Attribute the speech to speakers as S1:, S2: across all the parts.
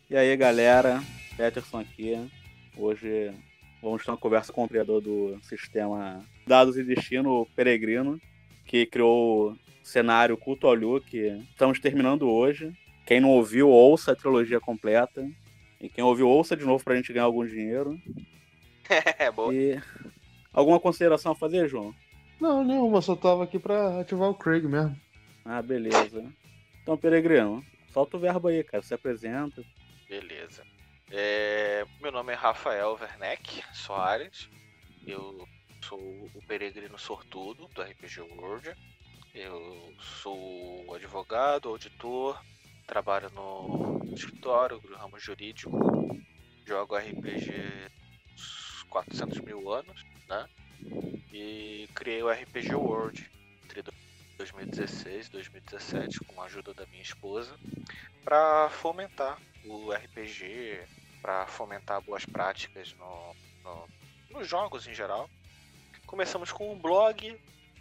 S1: E aí, galera, Peterson aqui. Hoje vamos ter uma conversa com o criador do sistema Dados e Destino, o Peregrino, que criou o cenário Culto ao Lu, que estamos terminando hoje. Quem não ouviu, ouça a trilogia completa. E quem ouviu, ouça de novo pra gente ganhar algum dinheiro.
S2: Boa.
S1: E alguma consideração a fazer, João?
S3: Não, nenhuma, só tava aqui pra ativar o Craig mesmo.
S1: Ah, beleza. Então, Peregrino, solta o verbo aí, cara. Se apresenta.
S2: Beleza. Meu nome é Rafael Werneck Soares. Eu sou o peregrino sortudo do RPG World. Eu sou advogado, auditor, trabalho no escritório do ramo jurídico, jogo RPG uns 400 mil anos, né? E criei o RPG World entre 2016 e 2017 com a ajuda da minha esposa para fomentar o RPG, para fomentar boas práticas nos jogos em geral. Começamos com um blog,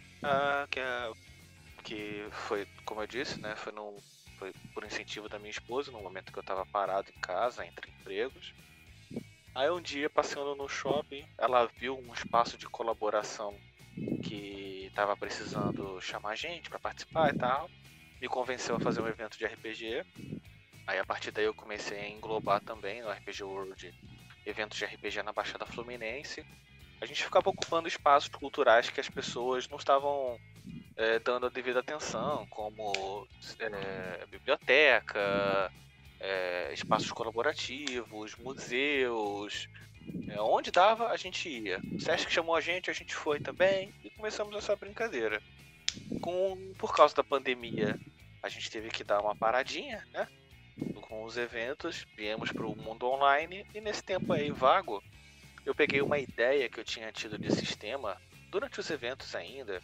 S2: que foi, como eu disse, né, foi por incentivo da minha esposa, no momento que eu estava parado em casa, entre empregos. Aí um dia, passeando no shopping, ela viu um espaço de colaboração que estava precisando chamar gente para participar e tal. Me convenceu a fazer um evento de RPG. Aí a partir daí eu comecei a englobar também no RPG World eventos de RPG na Baixada Fluminense. A gente ficava ocupando espaços culturais que as pessoas não estavam dando a devida atenção, como biblioteca, espaços colaborativos, museus. Onde dava, a gente ia. O Sesc chamou a gente foi também e começamos essa brincadeira. Por causa da pandemia, a gente teve que dar uma paradinha, né? Com os eventos, viemos para o mundo online e nesse tempo aí vago, eu peguei uma ideia que eu tinha tido de sistema durante os eventos ainda,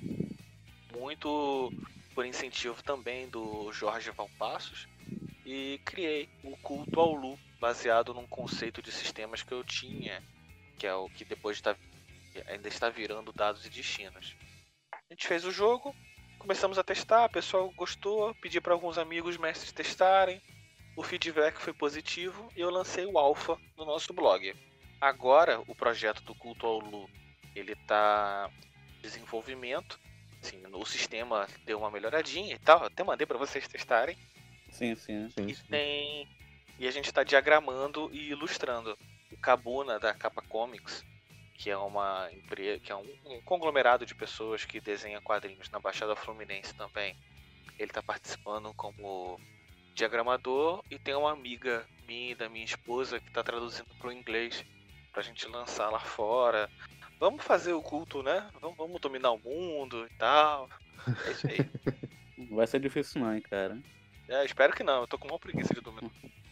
S2: muito por incentivo também do Jorge Valpassos, e criei o Culto ao Lu, baseado num conceito de sistemas que eu tinha, que é o que depois ainda está virando Dados e Destinos. A gente fez o jogo, começamos a testar, o pessoal gostou, pedi para alguns amigos mestres testarem, o feedback foi positivo e eu lancei o alpha no nosso blog. Agora o projeto do Culto ao Lu, ele está em desenvolvimento, assim, o sistema deu uma melhoradinha e tal, até mandei para vocês testarem.
S1: Sim.
S2: E a gente está diagramando e ilustrando. O Cabuna da Capa Comics, que é uma empresa, que é um conglomerado de pessoas que desenha quadrinhos na Baixada Fluminense também. Ele está participando como diagramador e tem uma amiga minha e da minha esposa que está traduzindo para o inglês para a gente lançar lá fora. Vamos fazer o culto, né? Vamos dominar o mundo e tal. É isso aí.
S1: Não vai ser difícil não, hein, cara.
S2: Espero que não. Eu tô com uma preguiça de dominar.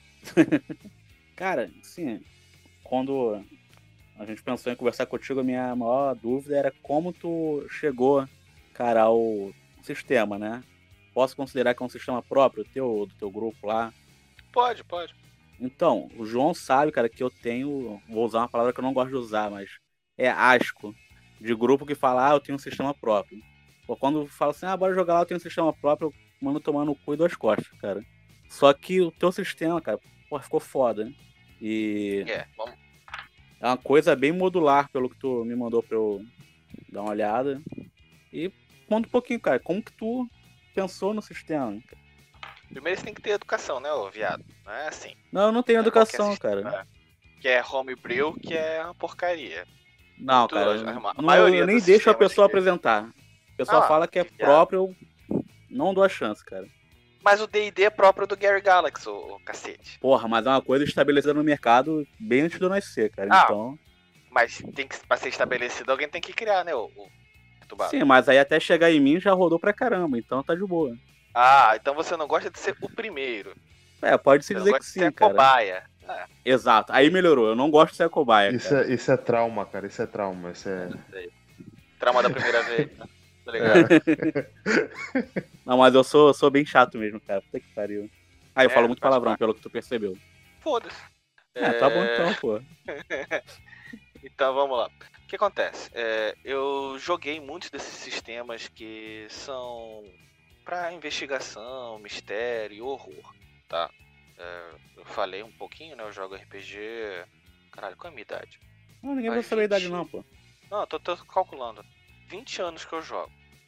S1: Cara, sim, quando a gente pensou em conversar contigo, a minha maior dúvida era como tu chegou, cara, ao sistema, né? Posso considerar que é um sistema próprio do teu grupo lá?
S2: Pode.
S1: Então, o João sabe, cara, que eu tenho, vou usar uma palavra que eu não gosto de usar, mas é asco, de grupo que fala, eu tenho um sistema próprio. Pô, quando fala assim, bora jogar lá, eu tenho um sistema próprio, eu mando tomar no cu e 2 costas, cara. Só que o teu sistema, cara, pô, ficou foda, né? E
S2: Vamos.
S1: é uma coisa bem modular, pelo que tu me mandou pra eu dar uma olhada. E conta um pouquinho, cara, como que tu pensou no sistema?
S2: Primeiro você tem que ter educação, né, ô viado? Não é assim.
S1: Não, eu não tenho educação, cara.
S2: Que é homebrew, que é uma porcaria.
S1: Não, cara,
S2: a maioria
S1: eu nem deixo a pessoa apresentar. A pessoa fala que é próprio, eu não dou a chance, cara.
S2: Mas o D&D é próprio do Gary Galaxy, ô cacete.
S1: Porra, mas é uma coisa estabelecida no mercado bem antes de eu nascer, cara. Então...
S2: Mas pra ser estabelecido, alguém tem que criar, né, o Tubado?
S1: Sim, mas aí até chegar em mim já rodou pra caramba, então tá de boa.
S2: Então você não gosta de ser o primeiro.
S1: Pode-se dizer que sim, cara. Você
S2: gosta de ser cobaia.
S1: Exato, aí melhorou, eu não gosto de ser cobaia.
S3: Isso é trauma, cara, isso é trauma.
S2: Trauma da primeira vez, né? Tá ligado?
S1: Não, mas eu sou bem chato mesmo, cara. Puta que pariu. Eu falo muito palavrão, pelo que tu percebeu.
S2: Foda-se.
S1: Tá bom então, pô.
S2: Então vamos lá. O que acontece? Eu joguei muitos desses sistemas que são pra investigação, mistério e horror, tá? Eu falei um pouquinho, né? Eu jogo RPG. Caralho, qual é a minha idade?
S1: Não, ninguém
S2: Faz
S1: vai saber a idade
S2: 20.
S1: não, pô.
S2: Não, eu tô calculando. 20 anos que eu jogo.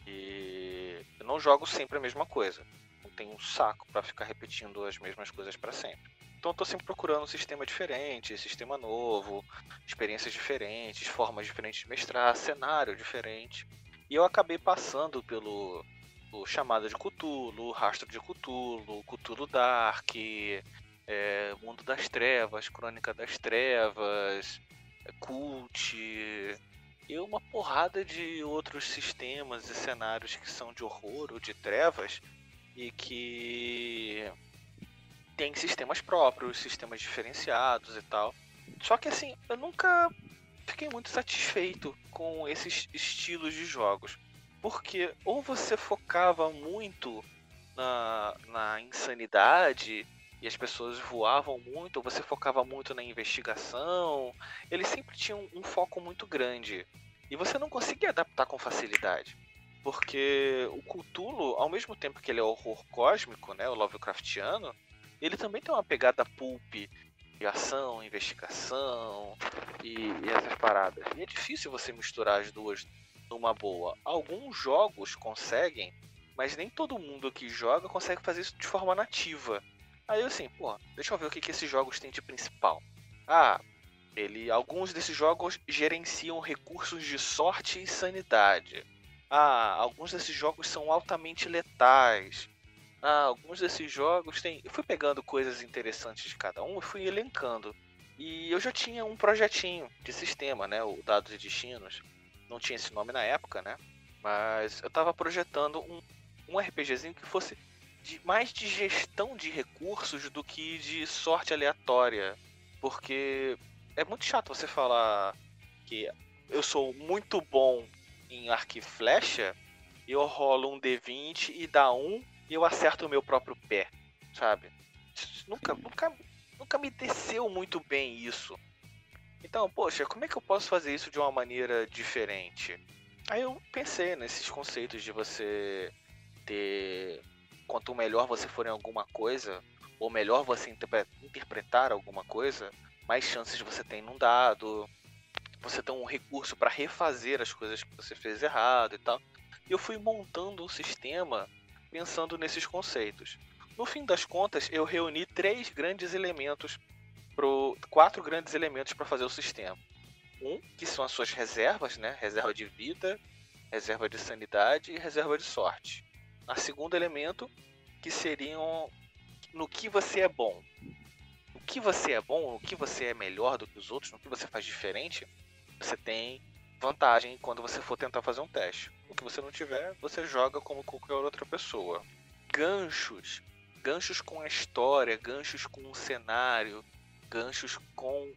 S2: E eu não jogo sempre a mesma coisa. Não tenho um saco pra ficar repetindo as mesmas coisas pra sempre. Então eu tô sempre procurando um sistema diferente, sistema novo, experiências diferentes, formas diferentes de mestrar, cenário diferente. E eu acabei passando pelo Chamada de Cthulhu, Rastro de Cthulhu, Cthulhu Dark, Mundo das Trevas, Crônica das Trevas, Cult, e uma porrada de outros sistemas e cenários que são de horror ou de trevas e que tem sistemas próprios, sistemas diferenciados e tal. Só que assim, eu nunca fiquei muito satisfeito com esses estilos de jogos. Porque ou você focava muito na insanidade e as pessoas voavam muito, ou você focava muito na investigação. Eles sempre tinham um foco muito grande. E você não conseguia adaptar com facilidade. Porque o Cthulhu, ao mesmo tempo que ele é horror cósmico, né, o Lovecraftiano, ele também tem uma pegada pulp de ação, investigação e essas paradas. E é difícil você misturar as duas numa boa. Alguns jogos conseguem, mas nem todo mundo que joga consegue fazer isso de forma nativa. Aí eu assim, pô, deixa eu ver o que esses jogos têm de principal. Ah, alguns desses jogos gerenciam recursos de sorte e sanidade. Ah, alguns desses jogos são altamente letais. Ah, alguns desses jogos têm. Eu fui pegando coisas interessantes de cada um e fui elencando. E eu já tinha um projetinho de sistema, né? O Dados e Destinos. Não tinha esse nome na época, né? Mas eu tava projetando um RPGzinho que fosse mais de gestão de recursos do que de sorte aleatória. Porque é muito chato você falar que eu sou muito bom em arco e flecha, eu rolo um D20 e dá 1 e eu acerto o meu próprio pé, sabe? Nunca me desceu muito bem isso. Então, poxa, como é que eu posso fazer isso de uma maneira diferente? Aí eu pensei nesses conceitos de você ter... Quanto melhor você for em alguma coisa, ou melhor você interpretar alguma coisa, mais chances você tem num dado, você tem um recurso para refazer as coisas que você fez errado e tal. E eu fui montando um sistema pensando nesses conceitos. No fim das contas, eu reuni quatro grandes elementos para fazer o sistema. Um, que são as suas reservas, né? Reserva de vida, reserva de sanidade e reserva de sorte. A segundo elemento, que seriam no que você é bom. No que você é bom, no que você é melhor do que os outros, no que você faz diferente, você tem vantagem quando você for tentar fazer um teste. O que você não tiver, você joga como qualquer outra pessoa. Ganchos. Ganchos com a história, ganchos com o cenário, ganchos com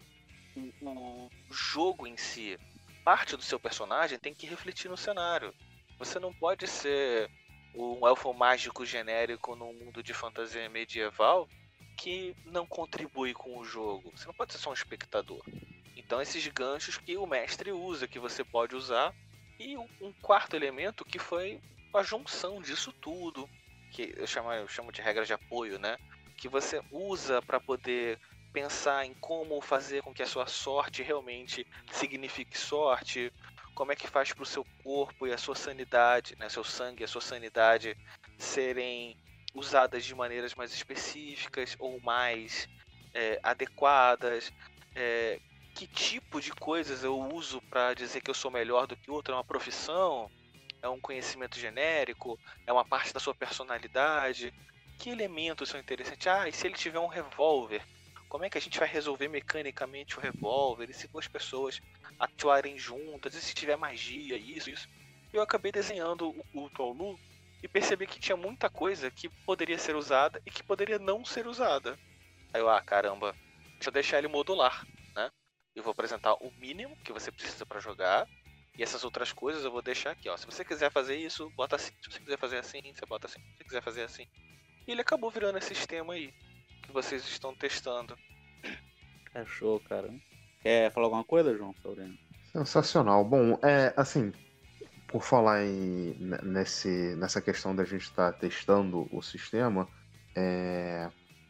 S2: o jogo em si. Parte do seu personagem tem que refletir no cenário. Você não pode ser um elfo mágico genérico num mundo de fantasia medieval que não contribui com o jogo. Você não pode ser só um espectador. Então esses ganchos que o mestre usa, que você pode usar. E um quarto elemento que foi a junção disso tudo, que eu chamo de regras de apoio, né? Que você usa para poder pensar em como fazer com que a sua sorte realmente signifique sorte, como é que faz para o seu corpo e a sua sanidade, né, seu sangue e a sua sanidade serem usadas de maneiras mais específicas ou mais adequadas, que tipo de coisas eu uso para dizer que eu sou melhor do que outro, é uma profissão, é um conhecimento genérico, é uma parte da sua personalidade, que elementos são interessantes? Ah, e se ele tiver um revólver, como é que a gente vai resolver mecanicamente o revólver? E se duas pessoas atuarem juntas? E se tiver magia? Isso. Eu acabei desenhando o Cthulhu e percebi que tinha muita coisa que poderia ser usada e que poderia não ser usada. Aí eu, caramba, deixa eu deixar ele modular, né? Eu vou apresentar o mínimo que você precisa para jogar. E essas outras coisas eu vou deixar aqui, ó. Se você quiser fazer isso, bota assim. Se você quiser fazer assim, você bota assim. Se você quiser fazer assim. E ele acabou virando esse sistema aí que vocês estão testando.
S1: É show, cara. Quer falar alguma coisa, João? Sobre...
S3: Sensacional. Bom, assim, por falar nessa questão da gente estar testando o sistema,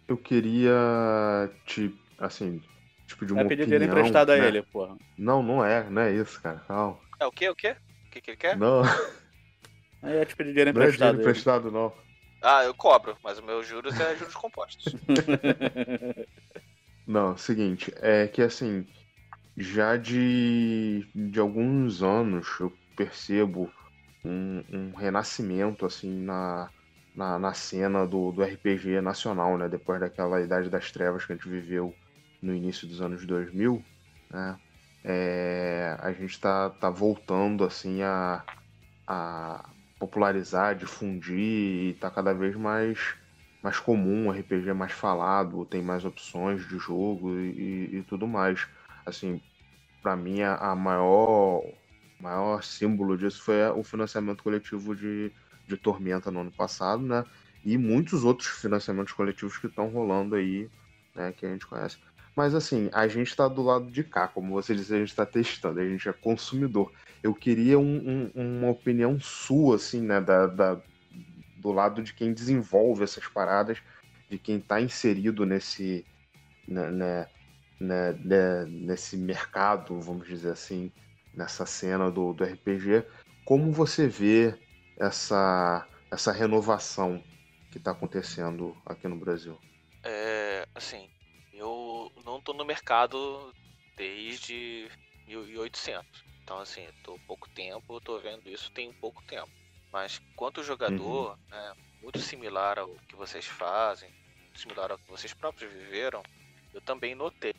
S3: eu queria assim, tipo de
S1: Vai
S3: uma
S1: pedir dinheiro
S3: opinião,
S1: emprestado a
S3: né?
S1: ele, porra.
S3: Não é isso, cara. Calma.
S2: É o quê? O quê? O que ele quer?
S3: Não,
S1: Aí eu te pedir dinheiro
S3: não é dinheiro
S1: emprestado a ele.
S3: emprestado, não.
S2: Ah, eu cobro, mas os meus juros é juros compostos.
S3: Não, é o seguinte, é que assim, já de alguns anos eu percebo um renascimento assim na cena do RPG nacional, né? Depois daquela Idade das Trevas que a gente viveu no início dos anos 2000, né? A gente tá voltando assim a popularizar, difundir e tá cada vez mais comum, o RPG é mais falado, tem mais opções de jogo e tudo mais. Assim, para mim a maior símbolo disso foi o financiamento coletivo de Tormenta no ano passado, né? E muitos outros financiamentos coletivos que estão rolando aí, né, que a gente conhece. Mas assim, a gente está do lado de cá, como você disse, a gente está testando, a gente é consumidor. Eu queria uma opinião sua, assim, né, do lado de quem desenvolve essas paradas, de quem está inserido nesse mercado, vamos dizer assim, nessa cena do RPG. Como você vê essa renovação que está acontecendo aqui no Brasil?
S2: Assim, eu não tô no mercado desde 1800. Então, assim, eu tô pouco tempo, eu tô vendo isso tem pouco tempo. Mas quanto jogador, né, muito similar ao que vocês fazem, muito similar ao que vocês próprios viveram, eu também notei.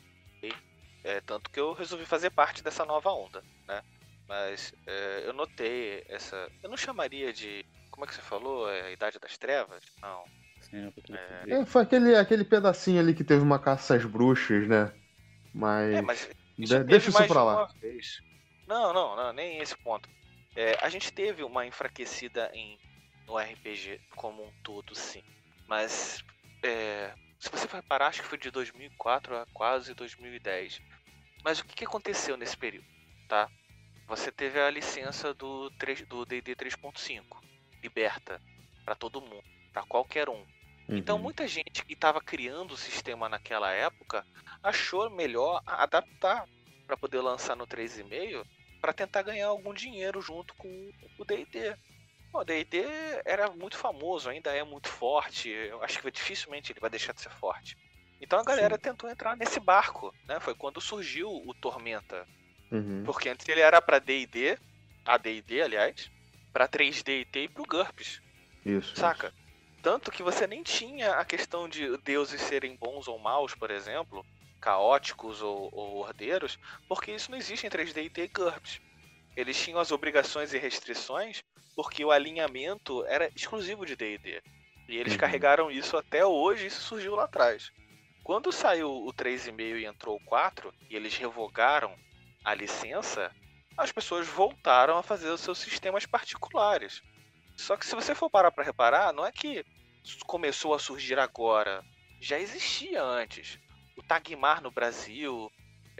S2: Tanto que eu resolvi fazer parte dessa nova onda, né? Mas eu notei essa... Eu não chamaria de... Como é que você falou? A Idade das Trevas? Não.
S1: Sim,
S3: Foi aquele pedacinho ali que teve uma caça às bruxas, né?
S2: Mas isso teve
S3: deixa isso
S2: mais de
S3: pra lá.
S2: uma vez. Não, nem esse ponto. A gente teve uma enfraquecida no RPG como um todo, sim. Mas, se você for reparar, acho que foi de 2004 a quase 2010. Mas o que aconteceu nesse período, tá? Você teve a licença do D&D 3.5, liberta para todo mundo, para qualquer um. Então muita gente que estava criando o sistema naquela época achou melhor adaptar para poder lançar no 3.5 para tentar ganhar algum dinheiro junto com o D&D. O D&D era muito famoso, ainda é muito forte, eu acho que dificilmente ele vai deixar de ser forte. Então a galera tentou entrar nesse barco, né? Foi quando surgiu o Tormenta. Porque antes ele era para D&D, AD&D, aliás, para 3D&T e pro GURPS.
S3: Isso.
S2: Saca?
S3: Isso.
S2: Tanto que você nem tinha a questão de deuses serem bons ou maus, por exemplo, caóticos ou ordeiros, porque isso não existe em 3D&T e GURPS. Eles tinham as obrigações e restrições porque o alinhamento era exclusivo de D&D. E eles carregaram isso até hoje e isso surgiu lá atrás. Quando saiu o 3.5 e entrou o 4, e eles revogaram a licença, as pessoas voltaram a fazer os seus sistemas particulares. Só que se você for parar para reparar, não é que começou a surgir agora. Já existia antes. O Tagmar no Brasil,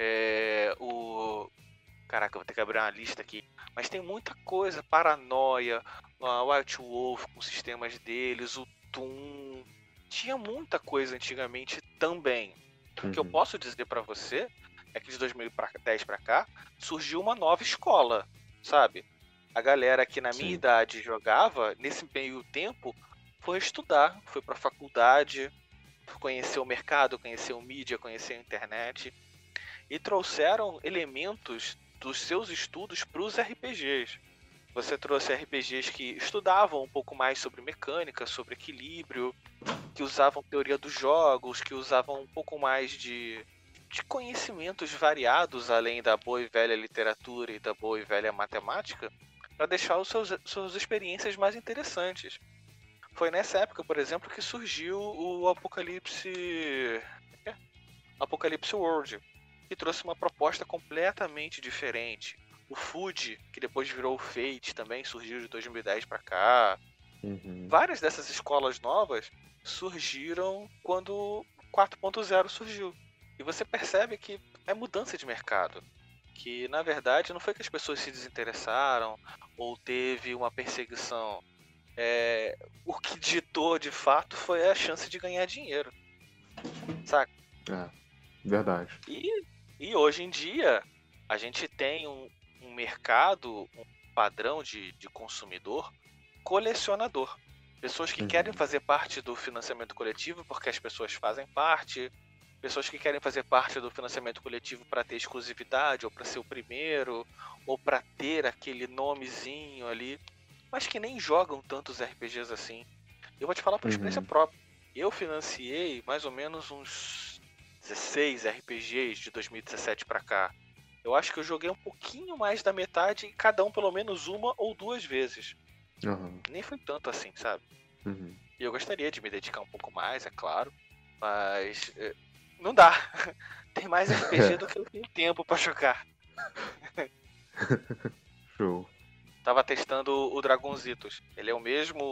S2: Caraca, eu vou ter que abrir uma lista aqui. Mas tem muita coisa. Paranoia, a White Wolf com os sistemas deles, o Toon. Tinha muita coisa antigamente também. O que eu posso dizer pra você é que de 2010 pra cá surgiu uma nova escola, sabe? A galera que na minha idade jogava, nesse meio tempo, foi estudar, foi pra faculdade, conhecer o mercado, conhecer o mídia, conhecer a internet. E trouxeram elementos dos seus estudos para os RPGs. Você trouxe RPGs que estudavam um pouco mais sobre mecânica, sobre equilíbrio, que usavam teoria dos jogos, que usavam um pouco mais de conhecimentos variados, além da boa e velha literatura e da boa e velha matemática, para deixar suas experiências mais interessantes. Foi nessa época, por exemplo, que surgiu o Apocalypse World, que trouxe uma proposta completamente diferente. O Food, que depois virou o Fate, também surgiu de 2010 para cá. Várias dessas escolas novas surgiram quando o 4.0 surgiu. E você percebe que é mudança de mercado. Que, na verdade, não foi que as pessoas se desinteressaram ou teve uma perseguição. O que ditou, de fato, foi a chance de ganhar dinheiro. saca?
S3: Verdade.
S2: E hoje em dia, a gente tem um mercado, um padrão de consumidor colecionador. Pessoas que querem fazer parte do financiamento coletivo porque as pessoas fazem parte. Pessoas que querem fazer parte do financiamento coletivo para ter exclusividade, ou para ser o primeiro, ou para ter aquele nomezinho ali, mas que nem jogam tantos RPGs assim. Eu vou te falar por experiência própria. Eu financiei mais ou menos uns 16 RPGs de 2017 para cá. Eu acho que eu joguei um pouquinho mais da metade, e cada um pelo menos uma ou duas vezes. Nem foi tanto assim, sabe? E eu gostaria de me dedicar um pouco mais, é claro, mas não dá. Tem mais RPG do que eu tenho tempo pra jogar.
S3: Show.
S2: Tava testando o Dragonzitos. Ele é o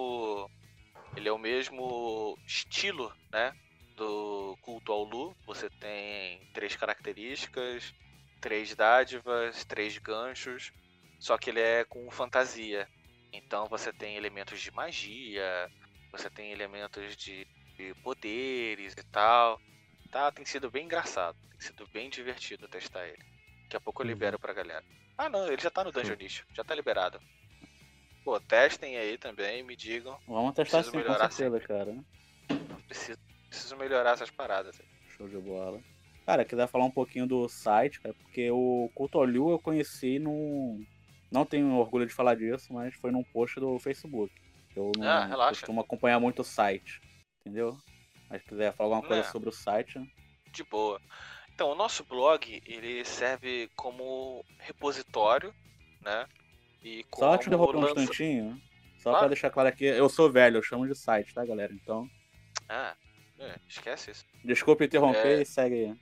S2: mesmo estilo, né, do Culto ao Lu. Você tem 3 características, 3 dádivas, 3 ganchos, só que ele é com fantasia. Então você tem elementos de magia, você tem elementos de poderes e tal. Tá, tem sido bem engraçado, tem sido bem divertido testar ele. Daqui a pouco eu libero pra galera. Ah não, ele já tá no Dungeonish, já tá liberado. Pô, testem aí também, me digam.
S1: Vamos testar
S2: Preciso
S1: sim, com
S2: melhorar
S1: certeza,
S2: sempre.
S1: cara.
S2: Preciso melhorar essas paradas aí.
S1: Show de bola. Cara, quiser falar um pouquinho do site, cara, porque o Cthulhu eu conheci num... Não tenho orgulho de falar disso, mas foi num post do Facebook. Eu não
S2: Relaxa.
S1: costumo acompanhar muito o site, entendeu? Mas se quiser falar alguma coisa sobre o site...
S2: De boa. Então, o nosso blog, ele serve como repositório, né? E
S1: Só te
S2: como
S1: derrubar um instantinho, só
S2: Claro.
S1: pra deixar claro aqui, eu sou velho, eu chamo de site, tá, galera? Então...
S2: esquece isso.
S1: Desculpa interromper e segue aí.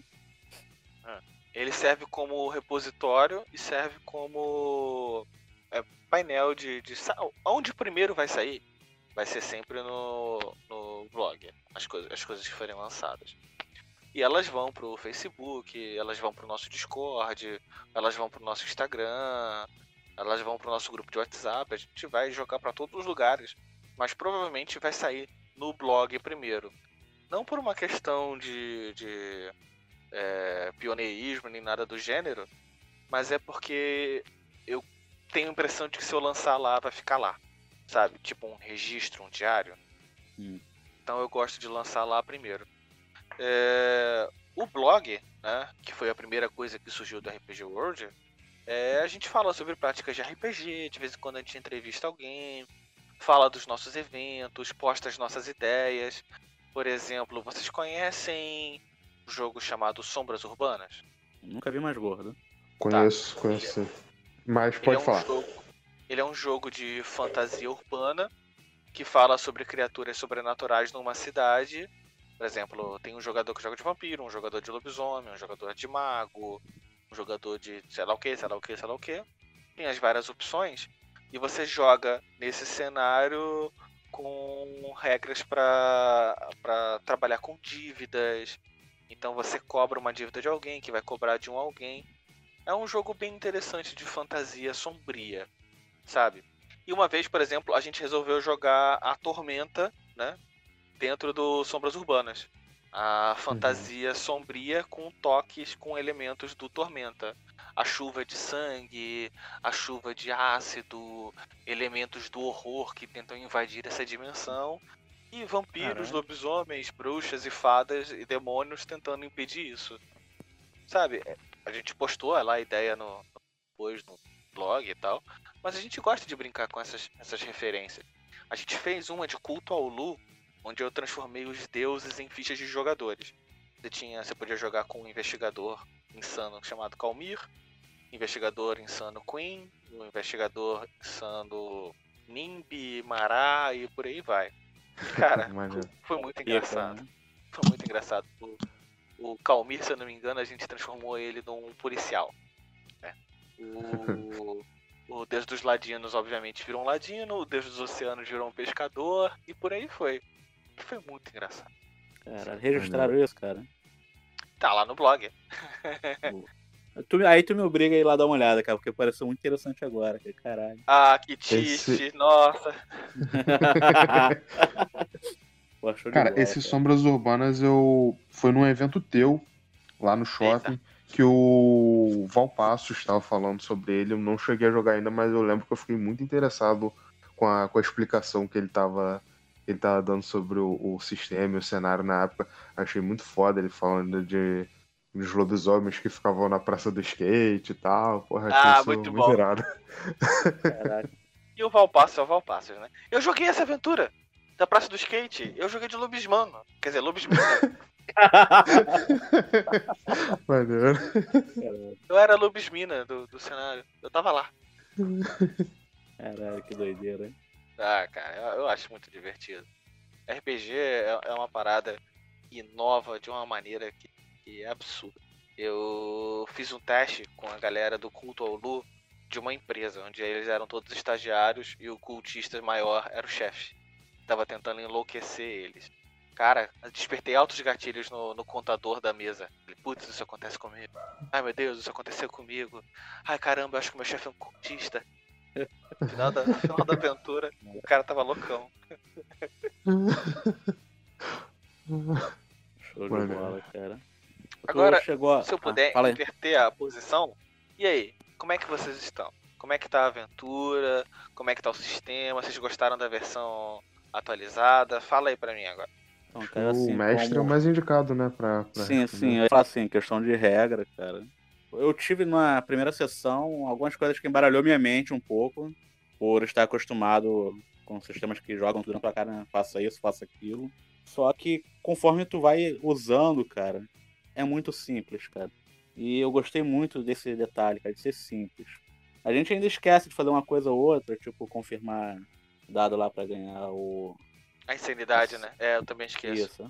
S2: Ele serve como repositório e serve como painel de onde primeiro vai sair vai ser sempre no blog, as coisas que forem lançadas. E elas vão pro Facebook, elas vão pro nosso Discord, elas vão pro nosso Instagram, elas vão pro nosso grupo de WhatsApp, a gente vai jogar para todos os lugares, mas provavelmente vai sair no blog primeiro. Não por uma questão de pioneirismo nem nada do gênero, mas é porque eu tenho a impressão de que se eu lançar lá, vai ficar lá, sabe? Tipo um registro, um diário. Então eu gosto de lançar lá primeiro. O blog, né, que foi a primeira coisa que surgiu do RPG World, a gente fala sobre práticas de RPG, de vez em quando a gente entrevista alguém, fala dos nossos eventos, posta as nossas ideias. Por exemplo, vocês conhecem um jogo chamado Sombras Urbanas?
S1: Nunca vi mais gordo.
S3: Conheço. Mas pode falar.
S2: Ele é um jogo de fantasia urbana que fala sobre criaturas sobrenaturais numa cidade. Por exemplo, tem um jogador que joga de vampiro, um jogador de lobisomem, um jogador de mago, um jogador de sei lá o que. Tem as várias opções e você joga nesse cenário com regras para trabalhar com dívidas. Então você cobra uma dívida de alguém, que vai cobrar de um alguém. É um jogo bem interessante de fantasia sombria, sabe? E uma vez, por exemplo, a gente resolveu jogar a Tormenta, né? Dentro do Sombras Urbanas. A fantasia sombria com toques, com elementos do Tormenta. A chuva de sangue, a chuva de ácido, elementos do horror que tentam invadir essa dimensão. E vampiros, lobisomens, bruxas e fadas e demônios tentando impedir isso. Sabe, a gente postou lá a ideia depois no blog e tal, mas a gente gosta de brincar com essas referências. A gente fez uma de Culto ao Lu, onde eu transformei os deuses em fichas de jogadores. Você podia jogar com um investigador insano chamado Calmir, investigador insano Queen, um investigador insano Nimbi, Mará e por aí vai. Cara, foi muito engraçado. Foi muito engraçado. O Calmir, se eu não me engano, a gente transformou ele num policial. Né? O Deus dos Ladinos, obviamente, virou um ladino. O Deus dos Oceanos virou um pescador. E por aí foi. Foi muito engraçado.
S1: Cara, registraram isso, cara?
S2: Tá lá no blog.
S1: Aí tu me obriga a ir lá dar uma olhada, cara, porque pareceu muito interessante agora, que caralho.
S2: Que triste, nossa.
S1: Pô, show de
S3: Cara,
S1: bola,
S3: esses
S1: cara.
S3: Sombras Urbanas foi num evento teu lá no shopping que o Valpassos estava falando sobre ele. Eu não cheguei a jogar ainda, mas eu lembro que eu fiquei muito interessado com a explicação que ele tava dando sobre o sistema e o cenário na época. Achei muito foda ele falando dos lobisomens que ficavam na praça do skate e tal. Porra, achei
S2: Ah,
S3: isso
S2: muito
S3: muito
S2: bom.
S3: irado.
S1: Caraca.
S2: E o Valpassos é o Valpassos, né? Eu joguei essa aventura da Praça do Skate. Eu joguei de lobismano. Quer dizer, lobismina.
S3: Maneiro.
S2: Eu era lobismina do cenário. Eu tava lá.
S1: Caralho, que doideira, hein?
S2: Ah, cara, eu acho muito divertido. RPG é uma parada inova de uma maneira que é absurda. Eu fiz um teste com a galera do Culto ao Lu de uma empresa, onde eles eram todos estagiários e o cultista maior era o chefe. Tava tentando enlouquecer eles. Cara, despertei altos gatilhos no contador da mesa. Putz, isso acontece comigo. Ai meu Deus, isso aconteceu comigo. Ai caramba, eu acho que o meu chefe é um cultista. No final da aventura, o cara tava loucão.
S1: Show de
S3: Maneiro.
S1: bola, cara.
S2: Agora,
S1: Tu chegou a...
S2: se eu puder
S1: fala aí.
S2: inverter a posição, e aí? Como é que vocês estão? Como é que tá a aventura? Como é que tá o sistema? Vocês gostaram da versão atualizada? Fala aí pra mim agora.
S1: Então, cara,
S3: O
S1: assim,
S3: mestre é o
S1: como...
S3: mais indicado, né, pra
S1: Sim,
S3: responder.
S1: eu ia falar assim, questão de regra, cara. Eu tive na primeira sessão algumas coisas que embaralhou minha mente um pouco, por estar acostumado com sistemas que jogam tudo na tua cara, né? Faça isso, faça aquilo. Só que conforme tu vai usando, cara, é muito simples, cara. E eu gostei muito desse detalhe, cara, de ser simples. A gente ainda esquece de fazer uma coisa ou outra, tipo confirmar dado lá pra ganhar o...
S2: A insanidade, né? É, eu também esqueço.
S1: Isso.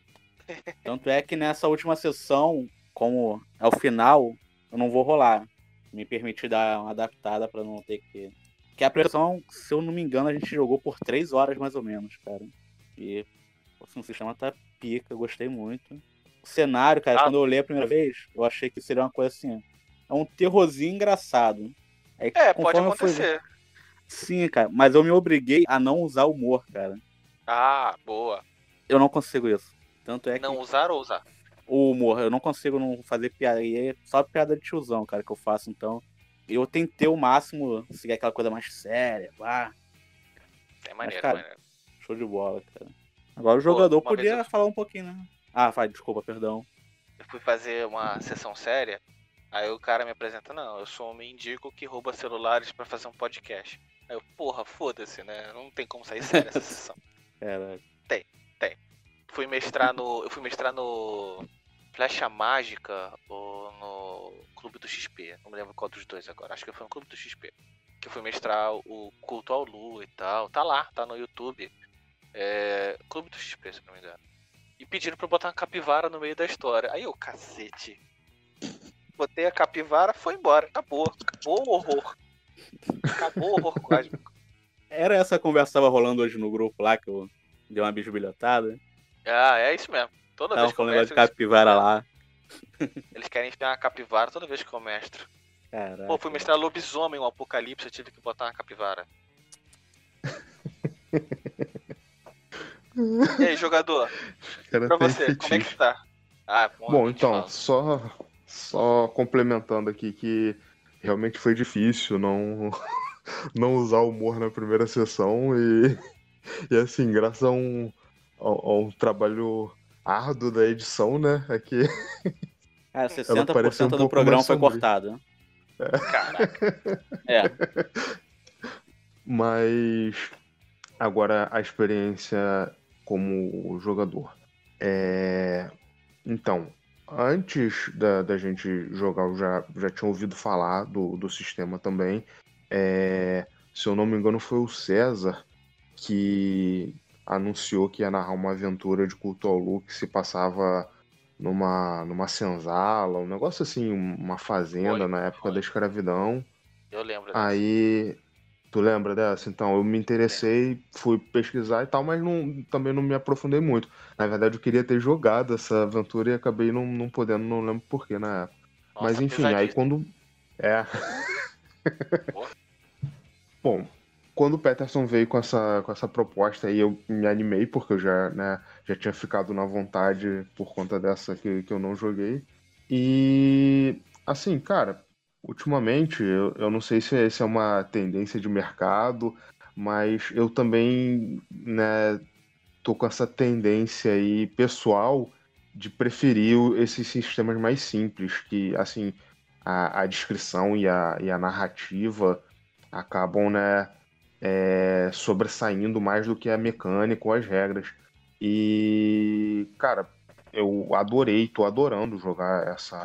S1: Tanto é que nessa última sessão, como é o final, eu não vou rolar. Me permiti dar uma adaptada pra não ter que. Que a pressão, se eu não me engano, a gente jogou por 3 horas mais ou menos, cara. E assim, o sistema tá pica, eu gostei muito. O cenário, cara, quando eu olhei a primeira vez, eu achei que seria uma coisa assim. É um terrorzinho engraçado. Aí,
S2: É, pode
S1: conforme eu fui.
S2: acontecer.
S1: Sim, cara, mas eu me obriguei a não usar humor, cara.
S2: Ah, boa.
S1: Eu não consigo isso. Tanto é que
S2: Não usar ou usar?
S1: o humor, eu não consigo não fazer piada. E é só piada de tiozão, cara, que eu faço, então. Eu tentei o máximo seguir aquela coisa mais séria, vá.
S2: É
S1: Mas,
S2: maneiro,
S1: cara,
S2: maneiro.
S1: show de bola, cara. Agora o
S2: Pô,
S1: jogador
S2: uma vez
S1: podia falar um pouquinho, né? Ah, vai, desculpa, perdão.
S2: eu fui fazer uma sessão séria, aí o cara me apresenta, não, eu sou um mendigo que rouba celulares pra fazer um podcast. Aí eu, porra, foda-se, né? Não tem como sair séria essa sessão.
S1: Caraca.
S2: Tem. Eu fui mestrar no Flecha Mágica ou no Clube do XP. Não me lembro qual dos dois agora. Acho que foi no Clube do XP. Que eu fui mestrar o Culto ao Lu e tal. Tá lá, tá no YouTube. Clube do XP, se não me engano. E pediram pra eu botar uma capivara no meio da história. Aí eu, cacete. Botei a capivara, foi embora. Acabou o horror. Acabou o horror cósmico.
S1: Era essa conversa que tava rolando hoje no grupo lá, que eu dei uma bisbilhotada.
S2: Ah, é isso mesmo. Toda
S1: Tava
S2: vez que eu
S1: falando negócio
S2: mestro,
S1: de capivara lá.
S2: eles querem enfiar uma capivara toda vez que eu mestro.
S1: Caraca.
S2: Pô, fui mestrar lobisomem, um apocalipse, eu tive que botar uma capivara. E aí, jogador?
S3: Cara,
S2: Pra
S3: tem
S2: você, como é que
S3: fetiche.
S2: tá? Ah, porra,
S3: Bom,
S2: nem te
S3: então,
S2: falo.
S3: só complementando aqui que realmente foi difícil não, não usar humor na primeira sessão e assim, graças a um trabalho árduo da edição, né, é que
S1: Cara,
S3: ela pareceu
S1: 60%
S3: um
S1: do
S3: pouco
S1: programa
S3: mais
S1: foi
S3: sombria.
S1: cortado.
S2: Caraca.
S1: É.
S3: Mas agora a experiência como jogador. Então, antes da gente jogar, eu já tinha ouvido falar do sistema também. Se eu não me engano, foi o César que anunciou que ia narrar uma aventura de Culto ao Lu que se passava numa senzala, um negócio assim, uma fazenda na época da escravidão.
S2: Eu lembro dessa.
S3: Aí, tu lembra dessa? Então, eu me interessei, fui pesquisar e tal, mas também não me aprofundei muito. Na verdade, eu queria ter jogado essa aventura e acabei não podendo, não lembro porquê na época.
S2: Nossa,
S3: Mas enfim, aí
S2: pesadíssimo.
S3: quando. É.
S2: Pô.
S3: Bom, quando o Peterson veio com essa proposta aí, eu me animei, porque eu já, né, já tinha ficado na vontade por conta dessa que eu não joguei. E, assim, cara, ultimamente, eu não sei se é uma tendência de mercado, mas eu também, né, tô com essa tendência aí pessoal de preferir esses sistemas mais simples, que, assim, a descrição e a narrativa acabam, né, sobressaindo mais do que a mecânica ou as regras. E, cara, eu adorei, tô adorando jogar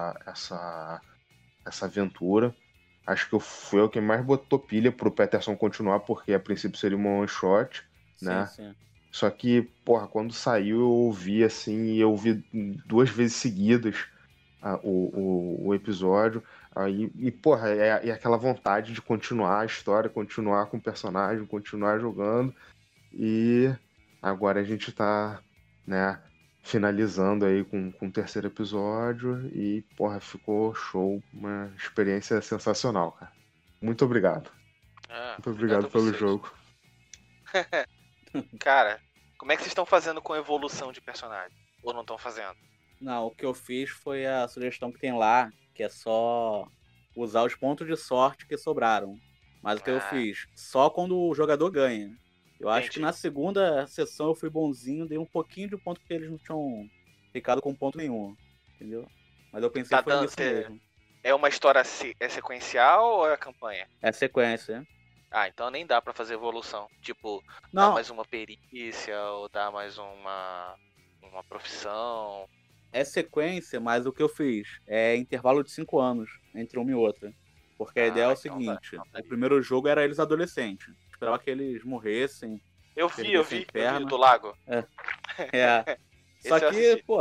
S3: essa aventura. Acho que foi o que mais botou pilha pro Peterson continuar, porque a princípio seria uma one shot,
S1: Sim,
S3: né?
S1: sim.
S3: Só que, porra, quando saiu eu ouvi assim, e eu ouvi 2 vezes seguidas o episódio. Aí, e, porra, é aquela vontade de continuar a história, continuar com o personagem, continuar jogando. E agora a gente tá, né, finalizando aí com o terceiro episódio. E, porra, ficou show. Uma experiência sensacional, cara. Muito obrigado. Muito
S2: Obrigado
S3: obrigado
S2: a
S3: pelo
S2: vocês.
S3: jogo.
S2: Cara, como é que vocês estão fazendo com a evolução de personagem? Ou não estão fazendo?
S1: Não, o que eu fiz foi a sugestão que tem lá, que é só usar os pontos de sorte que sobraram. Mas o que eu
S2: Ah,
S1: fiz? Só quando o jogador ganha. Eu acho que
S2: entendi.
S1: na segunda sessão eu fui bonzinho, dei um pouquinho de ponto porque eles não tinham ficado com ponto nenhum. Entendeu? Mas eu pensei
S2: Tá
S1: que foi
S2: dando,
S1: nisso mesmo.
S2: é uma história sequencial ou é a campanha?
S1: É sequência.
S2: Ah, então nem dá pra fazer evolução. Tipo, dar
S1: Não,
S2: mais uma perícia ou dar mais uma profissão.
S1: é sequência, mas o que eu fiz é intervalo de 5 anos entre uma e outra. Porque a ideia é
S2: Ah,
S1: o
S2: então dá.
S1: seguinte:
S2: Então
S1: o
S2: daria.
S1: primeiro jogo era eles adolescentes. Esperava que eles morressem,
S2: Eu
S1: perdessem
S2: vi
S1: perna.
S2: do lago.
S1: É. É. Só
S2: Esse eu
S1: que,
S2: assisti.
S1: pô.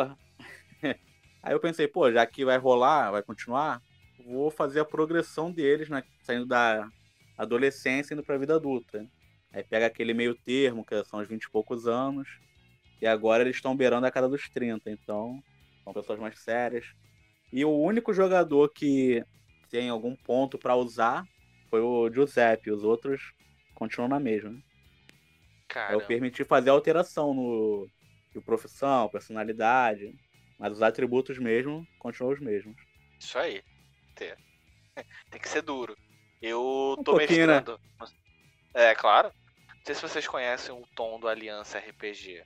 S1: Aí eu pensei, pô, já que vai rolar, vai continuar, vou fazer a progressão deles, né? Saindo da adolescência e indo pra vida adulta. Aí pega aquele meio termo, que são os 20 e poucos anos. E agora eles estão beirando a casa dos 30, então são pessoas mais sérias. E o único jogador que tem algum ponto pra usar foi o Giuseppe. Os outros continuam na mesma. Aí eu
S2: Caramba.
S1: permiti fazer alteração no profissão, personalidade, mas os atributos mesmo continuam os mesmos.
S2: Isso aí. Tem tem que ser duro. Eu
S1: Um
S2: tô
S1: pouquinho, né?
S2: mestrando. É, claro. Não sei se vocês conhecem o Tom do Aliança RPG.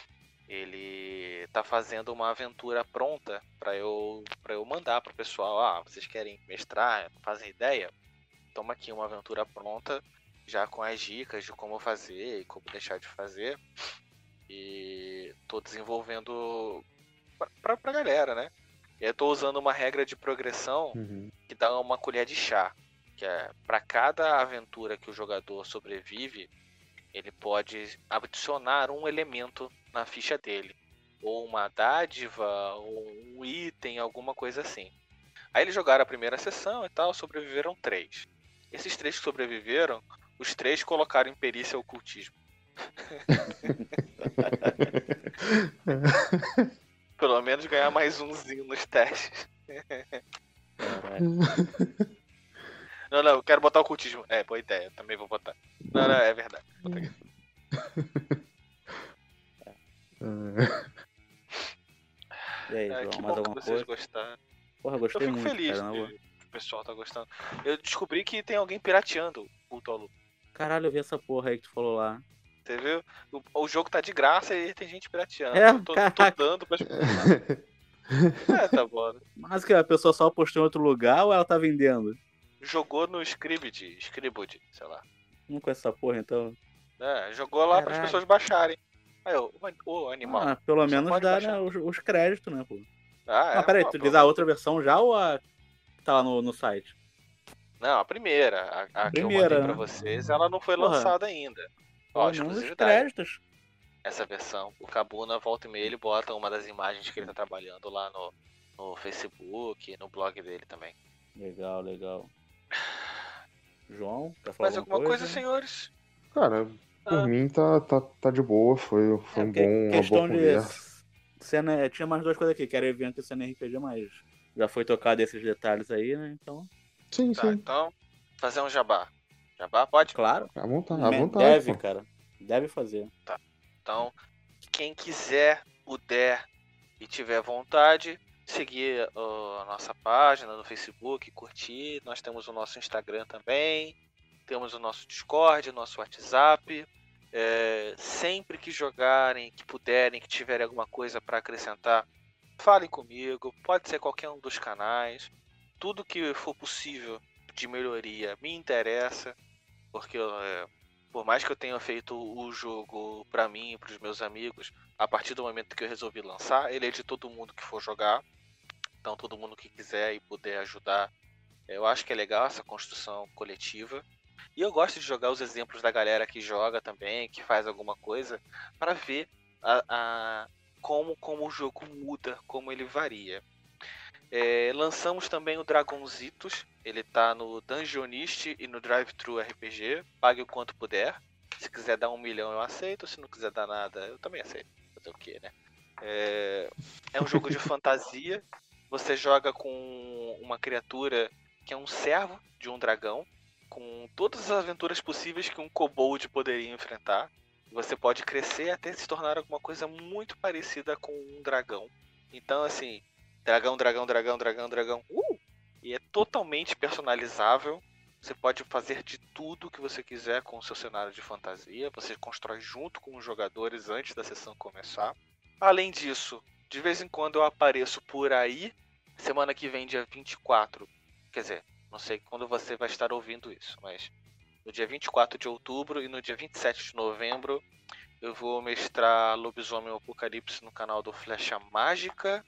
S2: Ele tá fazendo uma aventura pronta pra eu mandar pro pessoal. Ah, vocês querem mestrar? Fazem ideia? Toma aqui uma aventura pronta, já com as dicas de como fazer e como deixar de fazer. E tô desenvolvendo pra galera, né? Eu tô usando uma regra de progressão
S3: Uhum.
S2: que dá uma colher de chá. Que é pra cada aventura que o jogador sobrevive, ele pode adicionar um elemento na ficha dele. Ou uma dádiva, ou um item, alguma coisa assim. Aí eles jogaram a primeira sessão e tal, sobreviveram 3. Esses 3 que sobreviveram, os 3 colocaram em perícia ocultismo. Pelo menos ganhar mais umzinho nos testes.
S1: Caralho.
S2: Não, eu quero botar ocultismo. É, boa ideia, também vou botar. Não, é verdade. Bota aqui.
S1: E aí,
S2: É,
S1: João,
S2: que
S1: mais
S2: bom que
S1: alguma
S2: vocês
S1: coisa?
S2: gostaram.
S1: Porra,
S2: Eu
S1: gostei
S2: fico
S1: muito,
S2: feliz
S1: cara, na boa.
S2: que o pessoal tá gostando. Eu descobri que tem alguém pirateando o Tolo.
S1: Caralho, eu vi essa porra aí que tu falou lá.
S2: Você viu? O jogo tá de graça e tem gente pirateando.
S1: É,
S2: Eu tô
S1: caraca.
S2: dando pras pessoas. É, tá bom. Né?
S1: Mas que a pessoa só postou em outro lugar ou ela tá vendendo?
S2: Jogou no Scribd, sei lá.
S1: Não conheço essa porra, então.
S2: É, jogou lá pras
S1: Caralho.
S2: pessoas baixarem. Aí eu, ô animal.
S1: Ah, pelo
S2: Você
S1: menos
S2: pode
S1: dá,
S2: baixar.
S1: né, os créditos, né, pô.
S2: Ah,
S1: Mas
S2: é?
S1: peraí,
S2: Pô,
S1: tu
S2: pelo
S1: diz a
S2: menos.
S1: outra versão já ou a que tá lá no site?
S2: Não, a primeira. A que eu mandei
S1: Primeira,
S2: pra
S1: né?
S2: vocês, ela não foi
S1: Porra,
S2: lançada ainda. Ó,
S1: pelo menos os
S2: exclusividade.
S1: créditos.
S2: Essa versão. O Kabuna volta e meia, ele bota uma das imagens que ele tá trabalhando lá no Facebook, no blog dele também.
S1: Legal, legal. João, quer falar
S2: Mais
S1: alguma
S2: alguma coisa,
S1: coisa?
S2: senhores?
S3: Cara, por
S2: Ah,
S3: mim tá de boa, foi
S1: É, porque
S3: uma boa
S1: questão de
S3: conversa.
S1: cena. Tinha mais duas coisas aqui, que era evento e cena RPG, mas já foi tocado esses detalhes aí, né? Então.
S3: Sim,
S2: tá,
S3: sim.
S2: então, fazer um jabá. Jabá, pode?
S1: Claro.
S3: À vontade,
S1: Deve,
S3: pô.
S1: cara. Deve fazer.
S2: Então, quem quiser, puder e tiver vontade, seguir a nossa página no Facebook, curtir. Nós temos o nosso Instagram também, temos o nosso Discord, o nosso WhatsApp. Sempre que jogarem, que puderem, que tiverem alguma coisa para acrescentar, falem comigo. Pode ser qualquer um dos canais. Tudo que for possível de melhoria me interessa, porque por mais que eu tenha feito o jogo pra mim e pros meus amigos, a partir do momento que eu resolvi lançar, ele é de todo mundo que for jogar. Então todo mundo que quiser e puder ajudar, eu acho que é legal essa construção coletiva. E eu gosto de jogar os exemplos da galera que joga também, que faz alguma coisa, para ver como o jogo muda, como ele varia. Lançamos também o Dragonzitos. Ele tá no Dungeonist e no Drive-Thru RPG. Pague o quanto puder. Se quiser dar 1 milhão eu aceito. Se não quiser dar nada, eu também aceito. Fazer o quê, né? É um jogo de fantasia. Você joga com uma criatura que é um servo de um dragão, com todas as aventuras possíveis que um kobold poderia enfrentar. Você pode crescer até se tornar alguma coisa muito parecida com um dragão. Então, assim, dragão. E é totalmente personalizável. Você pode fazer de tudo que você quiser com o seu cenário de fantasia. Você constrói junto com os jogadores antes da sessão começar. Além disso, de vez em quando eu apareço por aí. Semana que vem, dia 24. Quer dizer, não sei quando você vai estar ouvindo isso, mas no dia 24 de outubro e no dia 27 de novembro eu vou mestrar Lobisomem Apocalipse no canal do Flecha Mágica.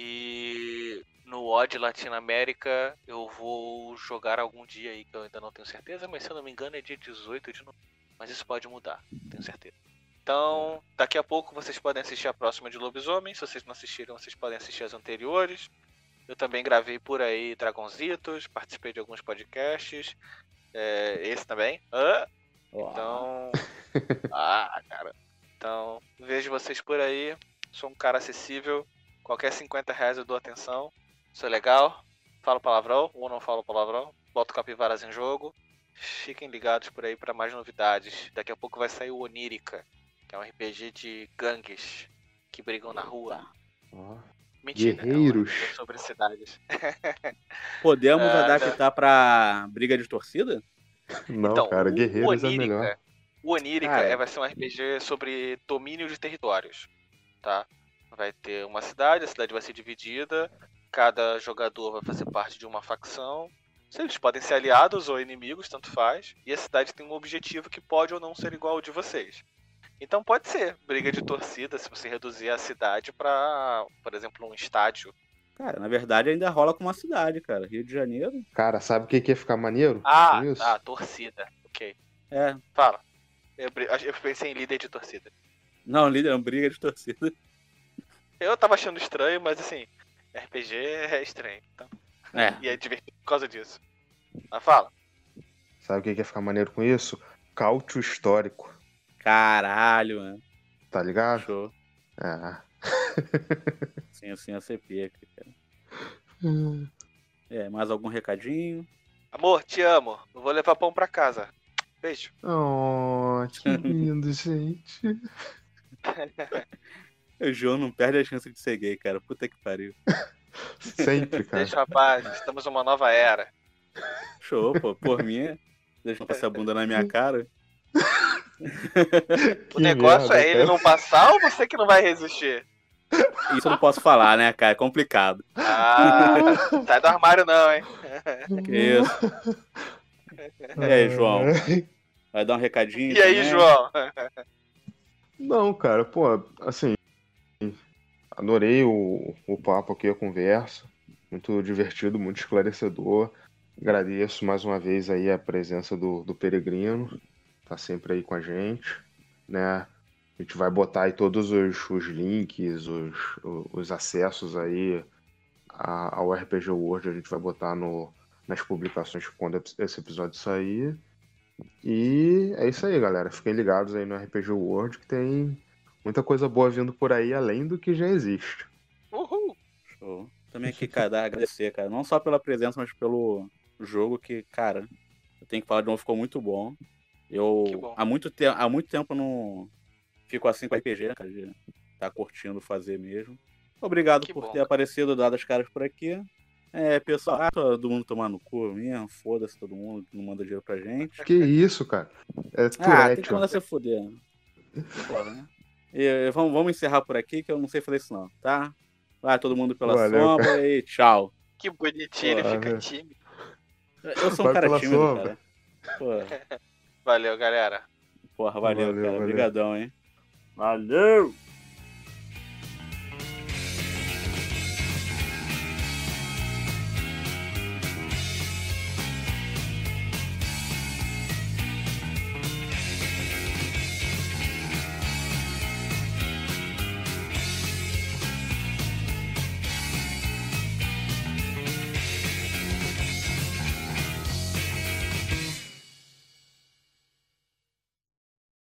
S2: E no Odd Latinoamérica eu vou jogar algum dia aí que eu ainda não tenho certeza, mas se eu não me engano é dia 18 de novembro. Mas isso pode mudar, tenho certeza. Então, daqui a pouco vocês podem assistir a próxima de Lobisomem. Se vocês não assistiram, vocês podem assistir as anteriores. Eu também gravei por aí Dragonzitos, participei de alguns podcasts. Esse também. Então. Cara. Então, vejo vocês por aí. Sou um cara acessível. Qualquer R$50 eu dou atenção. Sou legal. Falo palavrão ou não falo palavrão. Boto capivaras em jogo. Fiquem ligados por aí para mais novidades. Daqui a pouco vai sair o Onírica, que é um RPG de gangues que brigam na rua. Mentira,
S3: Guerreiros.
S2: É sobre cidades.
S1: Podemos adaptar pra briga de torcida?
S3: Não,
S2: então,
S3: cara, Guerreiros é melhor.
S2: O Onírica
S1: Cara.
S2: vai ser um RPG sobre domínio de territórios, tá? Vai ter uma cidade, a cidade vai ser dividida, cada jogador vai fazer parte de uma facção. Eles podem ser aliados ou inimigos, tanto faz, e a cidade tem um objetivo que pode ou não ser igual ao de vocês. Então pode ser briga de torcida se você reduzir a cidade para, por exemplo, um estádio.
S1: Cara, na verdade ainda rola com uma cidade, cara. Rio de Janeiro.
S3: Cara, sabe o que ia ficar maneiro? Isso?
S2: Torcida. Ok.
S1: É.
S2: Fala. Eu pensei em líder de torcida.
S1: Não, líder, é uma briga de torcida.
S2: Eu tava achando estranho, mas assim, RPG é estranho. Então. E é divertido por causa disso. Mas fala.
S3: Sabe o que ia ficar maneiro com isso? Cálcio histórico.
S1: Caralho, mano.
S3: Tá ligado?
S1: Show. Sim, assim, a CP, cara. Mais algum recadinho?
S2: Amor, te amo. Eu vou levar pão pra casa. Beijo.
S3: Oh, que lindo, gente.
S1: O João não perde a chance de ser gay, cara. Puta que pariu.
S3: Sempre, cara.
S2: Deixa, rapaz. Estamos numa nova era.
S1: Show, pô. Por mim, deixa eu passar a bunda na minha cara.
S2: O negócio
S3: merda,
S2: é ele não passar ou você que não vai resistir?
S1: Isso eu não posso falar, né, cara? É complicado.
S2: Sai do armário não, hein?
S1: Que isso. E aí, João? Vai dar um recadinho?
S2: E aí,
S1: também?
S2: João?
S3: Não, cara, pô, assim, adorei o papo aqui, a conversa. Muito divertido, muito esclarecedor. Agradeço mais uma vez aí a presença do Peregrino. Tá sempre aí com a gente, né? A gente vai botar aí todos os links, os acessos aí ao RPG World. A gente vai botar nas publicações quando esse episódio sair. E é isso aí, galera. Fiquem ligados aí no RPG World, que tem muita coisa boa vindo por aí, além do que já existe.
S2: Uhul!
S1: Show. Também aqui, cara, agradecer, cara. Não só pela presença, mas pelo jogo que, cara, Eu tenho que falar de novo, ficou muito bom.
S2: Que
S1: Eu
S2: bom.
S1: há muito tempo não fico assim com RPG, né, cara? De tá curtindo fazer mesmo. Obrigado
S2: Que
S1: por
S2: bom,
S1: ter
S2: cara.
S1: aparecido, dado as caras por aqui. Pessoal, todo mundo tomar no cu mesmo, foda-se todo mundo que não manda dinheiro pra gente.
S3: Que isso, cara? É
S1: Tem
S3: Tourette,
S1: que
S3: ó.
S1: mandar você foder. Porra, né? Vamos encerrar por aqui, que eu não sei fazer isso não, tá? Vai todo mundo pela
S3: Valeu, cara.
S1: sombra e tchau.
S2: Que bonitinho, ele
S1: Porra,
S2: fica
S3: né?
S2: tímido.
S1: Eu sou um
S3: Vai
S1: cara
S3: pela
S1: tímido,
S3: sombra.
S1: cara.
S2: Valeu, galera.
S1: Porra, valeu,
S3: Valeu,
S1: cara.
S3: valeu.
S1: Obrigadão, hein? Valeu!